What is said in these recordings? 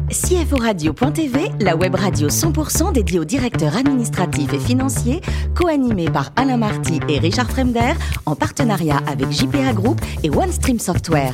CFORadio.tv, la web radio 100% dédiée aux directeurs administratifs et financiers, co-animée par Alain Marty et Richard Fremder, en partenariat avec JPA Group et OneStream Software.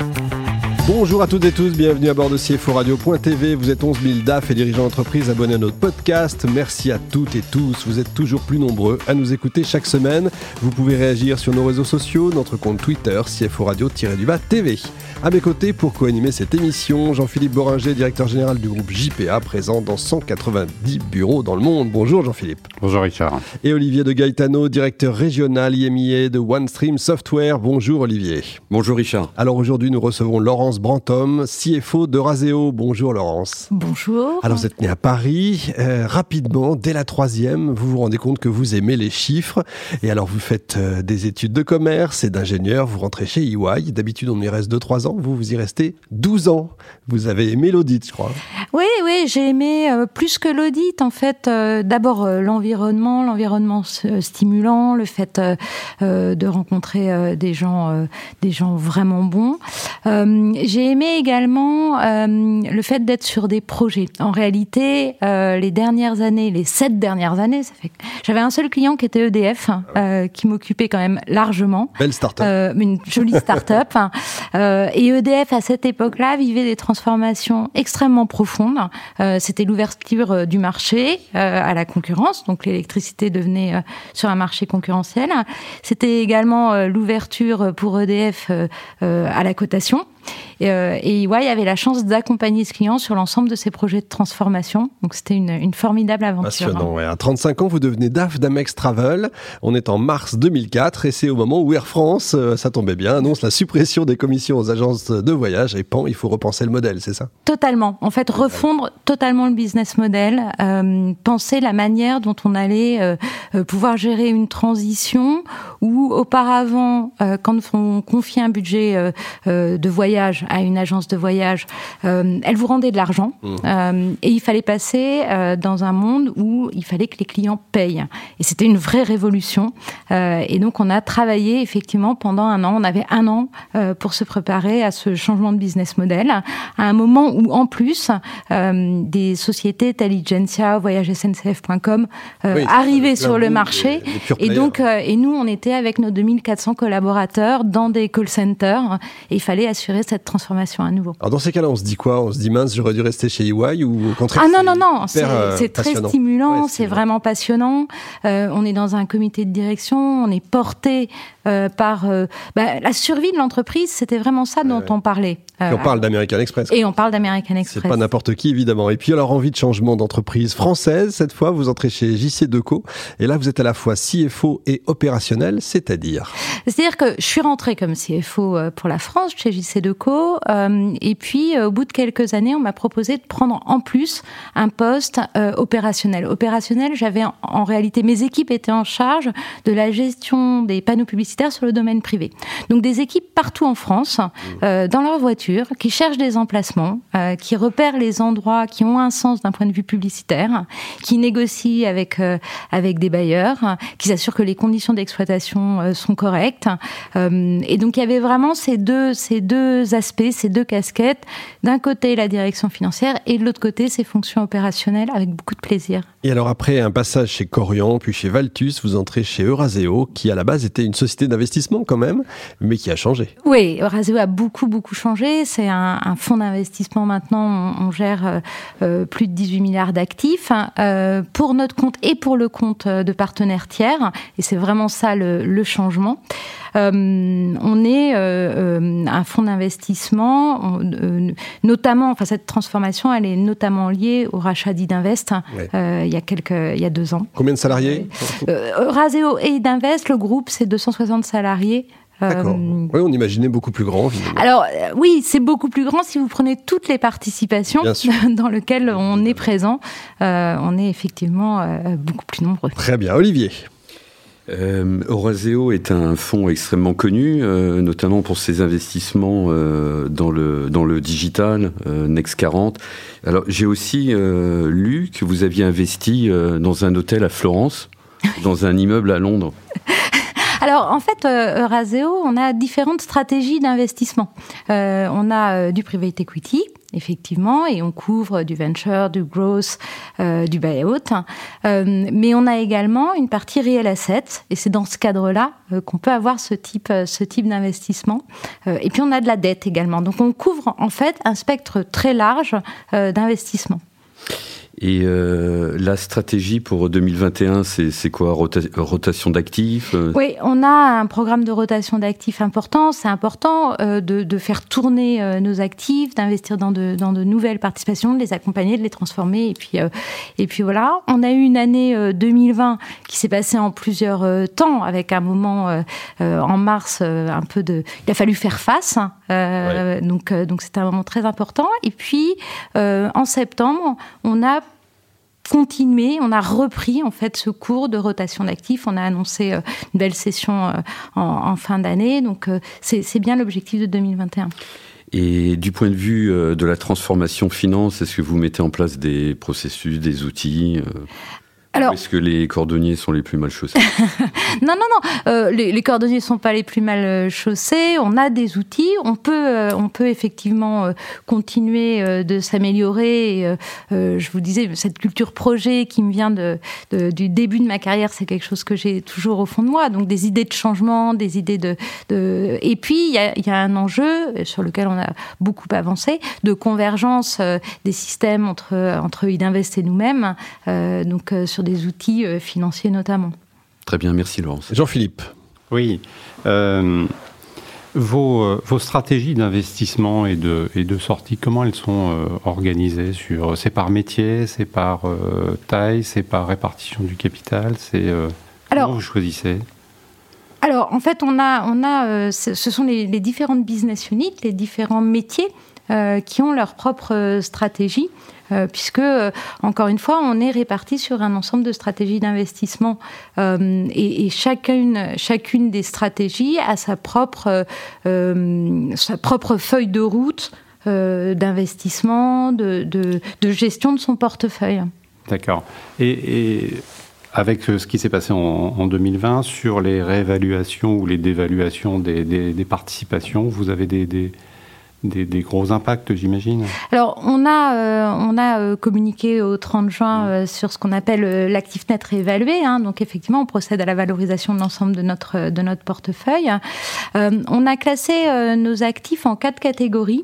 Bonjour à toutes et tous, bienvenue à bord de CFORadio.tv. Vous êtes 11 000 DAF et dirigeants d'entreprise abonnés à notre podcast. Merci à toutes et tous, vous êtes toujours plus nombreux à nous écouter chaque semaine. Vous pouvez réagir sur nos réseaux sociaux, notre compte Twitter, CFORadio-TV. À mes côtés, pour co-animer cette émission, Jean-Philippe Boringer, directeur général du groupe JPA, présent dans 190 bureaux dans le monde. Bonjour Jean-Philippe. Bonjour Richard. Et Olivier de Gaetano, directeur régional IMIA de OneStream Software. Bonjour Olivier. Bonjour Richard. Alors aujourd'hui, nous recevons Laurence Brantôme, CFO d'Eurazeo. Bonjour Laurence. Bonjour. Alors vous êtes née à Paris. Rapidement, dès la troisième, vous vous rendez compte que vous aimez les chiffres. Et alors vous faites des études de commerce et d'ingénieur. Vous rentrez chez EY. D'habitude, on y reste 2-3 ans. Vous y restez 12 ans. Vous avez aimé l'audit, je crois. Oui, j'ai aimé plus que l'audit. En fait, d'abord l'environnement stimulant, le fait de rencontrer des gens vraiment bons. J'ai aimé également le fait d'être sur des projets. En réalité, les 7 dernières années, ça fait que j'avais un seul client qui était EDF, qui m'occupait quand même largement. Belle start-up. Une jolie start-up. Et EDF, à cette époque-là, vivait des transformations extrêmement profondes. C'était l'ouverture du marché à la concurrence, donc l'électricité devenait sur un marché concurrentiel. C'était également l'ouverture pour EDF à la cotation. Et EY avait la chance d'accompagner ce client sur l'ensemble de ses projets de transformation. Donc c'était une formidable aventure. Passionnant, ouais. À 35 ans, vous devenez DAF d'Amex Travel. On est en mars 2004 et c'est au moment où Air France, ça tombait bien, annonce la suppression des commissions aux agences de voyage. Et pan, il faut repenser le modèle, c'est ça ? Totalement. En fait, refondre totalement le business model, penser la manière dont on allait pouvoir gérer une transition où auparavant, quand on confiait un budget de voyage à une agence de voyage, elle vous rendait de l'argent et il fallait passer dans un monde où il fallait que les clients payent. Et c'était une vraie révolution. Et donc, on a travaillé effectivement pendant un an. On avait un an pour se préparer à ce changement de business model, à un moment où, en plus, des sociétés Telligencia, voyagesncf.com arrivaient sur le marché. Et donc, et nous, on était avec nos 2400 collaborateurs dans des call centers et il fallait assurer cette transformation à nouveau. Alors dans ces cas-là, on se dit quoi ? On se dit mince, j'aurais dû rester chez EY ou au contraire? Non, c'est très stimulant, c'est vraiment passionnant. On est dans un comité de direction, on est porté par la survie de l'entreprise, c'était vraiment ça dont on parlait. Et on parle d'American Express. Et on parle d'American Express. C'est pas n'importe qui, évidemment. Et puis alors, envie de changement d'entreprise française, cette fois, vous entrez chez JC-Decaux. Et là, vous êtes à la fois CFO et opérationnel, c'est-à-dire que je suis rentrée comme CFO pour la France, chez JC-Decaux. Et puis, au bout de quelques années, on m'a proposé de prendre en plus un poste opérationnel. Opérationnel, j'avais en réalité, mes équipes étaient en charge de la gestion des panneaux publicitaires sur le domaine privé. Donc, des équipes partout en France, dans leur voiture, qui cherchent des emplacements, qui repèrent les endroits qui ont un sens d'un point de vue publicitaire, qui négocient avec des bailleurs, qui s'assurent que les conditions d'exploitation sont correctes. Et donc il y avait vraiment ces deux aspects, ces deux casquettes. D'un côté la direction financière et de l'autre côté ces fonctions opérationnelles avec beaucoup de plaisir. Et alors après un passage chez Korian, puis chez Valtus, vous entrez chez Eurazeo, qui à la base était une société d'investissement quand même, mais qui a changé. Oui, Eurazeo a beaucoup changé. C'est un fonds d'investissement maintenant. On gère plus de 18 milliards d'actifs pour notre compte et pour le compte de partenaires tiers. Et c'est vraiment ça le changement. On est un fonds d'investissement, notamment, cette transformation, elle est notamment liée au rachat d'Idinvest il y a 2 ans. Combien de salariés Eurazeo et Idinvest, le groupe, c'est 260 salariés. D'accord. Oui, on imaginait beaucoup plus grand, évidemment. Alors, oui, c'est beaucoup plus grand si vous prenez toutes les participations dans lesquelles on est présent. On est effectivement beaucoup plus nombreux. Très bien. Olivier. Eurazeo est un fonds extrêmement connu, notamment pour ses investissements dans le digital, Next 40. Alors, j'ai aussi lu que vous aviez investi dans un hôtel à Florence, dans un immeuble à Londres. Alors, en fait, Eurazeo, on a différentes stratégies d'investissement. On a du private equity effectivement, et on couvre du venture, du growth, du buyout. Mais on a également une partie real asset, et c'est dans ce cadre-là qu'on peut avoir ce type d'investissement. Et puis on a de la dette également. Donc on couvre en fait un spectre très large d'investissement. Et la stratégie pour 2021, c'est quoi? Rotation d'actifs? Oui, on a un programme de rotation d'actifs important. C'est important de faire tourner nos actifs, d'investir dans de nouvelles participations, de les accompagner, de les transformer. Et puis voilà. On a eu une année 2020 qui s'est passée en plusieurs temps, avec un moment en mars un peu de... Il a fallu faire face. Ouais. Donc c'était un moment très important. Et puis en septembre, on a repris en fait ce cours de rotation d'actifs. On a annoncé une belle session en fin d'année, donc c'est bien l'objectif de 2021. Et du point de vue de la transformation finance, est-ce que vous mettez en place des processus, des outils Alors, est-ce que les cordonniers sont les plus mal chaussés? Non. Les cordonniers ne sont pas les plus mal chaussés. On a des outils. On peut effectivement continuer de s'améliorer. Je vous disais, cette culture projet qui me vient du début de ma carrière, c'est quelque chose que j'ai toujours au fond de moi. Donc des idées de changement, des idées Et puis, il y a un enjeu sur lequel on a beaucoup avancé, de convergence des systèmes entre Idinvest et nous-mêmes. Donc, sur des outils financiers notamment. Très bien, merci Laurence. Jean-Philippe. Oui. Vos stratégies d'investissement et de sortie, comment elles sont organisées? C'est par métier, c'est par taille, c'est par répartition du capital, comment vous choisissez? Alors, en fait, ce sont les différentes business units, les différents métiers qui ont leur propre stratégie. Puisque, encore une fois, on est répartis sur un ensemble de stratégies d'investissement et chacune des stratégies a sa propre feuille de route d'investissement, de gestion de son portefeuille. D'accord. Et avec ce qui s'est passé en 2020, sur les réévaluations ou les dévaluations des participations, vous avez des gros impacts, j'imagine? Alors, on a communiqué au 30 juin sur ce qu'on appelle l'actif net réévalué. Donc, effectivement, on procède à la valorisation de l'ensemble de notre portefeuille. On a classé nos actifs en 4 catégories.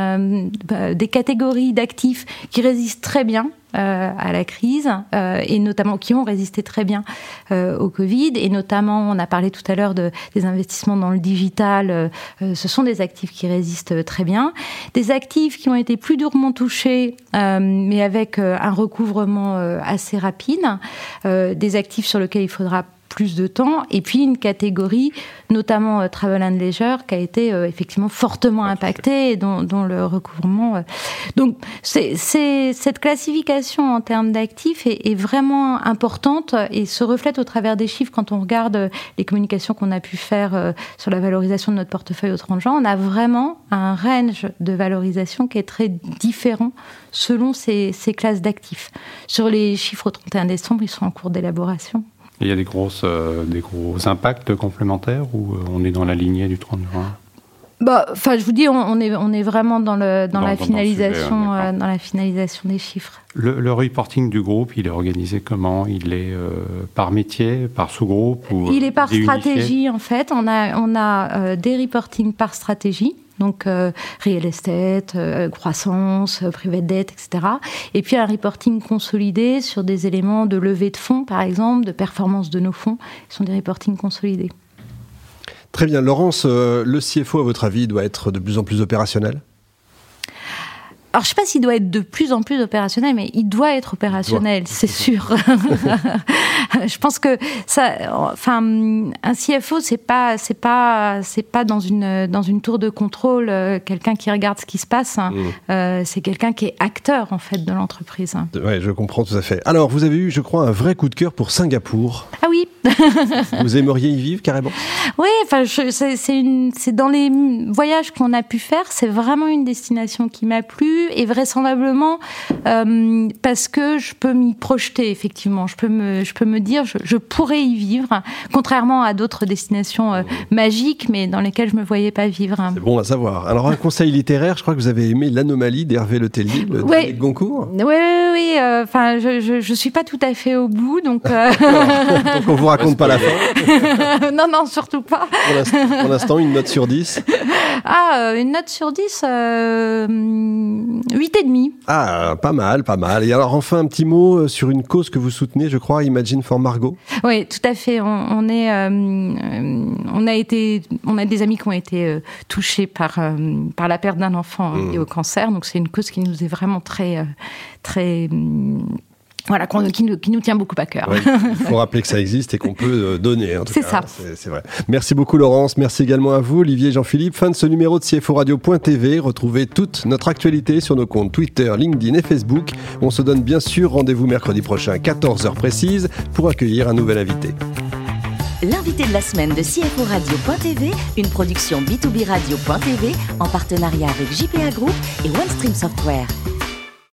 Des catégories d'actifs qui résistent très bien à la crise et notamment qui ont résisté très bien au Covid, et notamment on a parlé tout à l'heure des investissements dans le digital. Ce sont des actifs qui résistent très bien, des actifs qui ont été plus durement touchés mais avec un recouvrement assez rapide, des actifs sur lesquels il faudra plus de temps, et puis une catégorie, notamment Travel and Leisure, qui a été effectivement fortement impactée et dont le recouvrement... Donc, cette classification en termes d'actifs est vraiment importante et se reflète au travers des chiffres. Quand on regarde les communications qu'on a pu faire sur la valorisation de notre portefeuille au 30 juin, on a vraiment un range de valorisation qui est très différent selon ces classes d'actifs. Sur les chiffres au 31 décembre, ils sont en cours d'élaboration. Il y a des gros impacts complémentaires ou on est dans la lignée du 30 juin? Je vous dis, on est vraiment dans la finalisation, dans la finalisation des chiffres. Le reporting du groupe, il est organisé comment? Il est par métier, par sous-groupe ou il est par stratégie en fait. On a des reportings par stratégie. Donc, real estate, croissance, private debt, etc. Et puis, un reporting consolidé sur des éléments de levée de fonds, par exemple, de performance de nos fonds. Ce sont des reportings consolidés. Très bien. Laurence, le CFO, à votre avis, doit être de plus en plus opérationnel? Alors, je ne sais pas s'il doit être de plus en plus opérationnel, mais il doit être opérationnel, c'est sûr. Je pense que un CFO, c'est pas dans une tour de contrôle quelqu'un qui regarde ce qui se passe. C'est quelqu'un qui est acteur en fait de l'entreprise. Ouais, je comprends tout à fait. Alors, vous avez eu, je crois, un vrai coup de cœur pour Singapour. Ah oui. Vous aimeriez y vivre carrément? Oui, c'est dans les voyages qu'on a pu faire, c'est vraiment une destination qui m'a plu. Et vraisemblablement parce que je peux m'y projeter, effectivement. Je peux me me dire je pourrais y vivre, contrairement à d'autres destinations magiques, mais dans lesquelles je me voyais pas vivre. C'est bon à savoir. Alors un conseil littéraire, je crois que vous avez aimé L'Anomalie d'Hervé Letellier, de Goncourt. Oui. Enfin, je suis pas tout à fait au bout, donc. Donc on vous raconte pas la fin. Non, surtout pas. Pour l'instant, une note sur 10. Une note sur 10, 8,5. Ah, pas mal. Et alors enfin un petit mot sur une cause que vous soutenez, je crois, Imagine for Margot. Oui, tout à fait. On a des amis qui ont été touchés par la perte d'un enfant lié au cancer. Donc c'est une cause qui nous est vraiment très qui nous tient beaucoup à cœur. Ouais, il faut rappeler que ça existe et qu'on peut donner. En tout c'est cas, ça. C'est vrai. Merci beaucoup Laurence. Merci également à vous, Olivier et Jean-Philippe. Fin de ce numéro de CFO Radio.tv. Retrouvez toute notre actualité sur nos comptes Twitter, LinkedIn et Facebook. On se donne bien sûr rendez-vous mercredi prochain à 14h précise pour accueillir un nouvel invité. L'invité de la semaine de CFO Radio.tv, une production B2B Radio.tv en partenariat avec JPA Group et OneStream Software.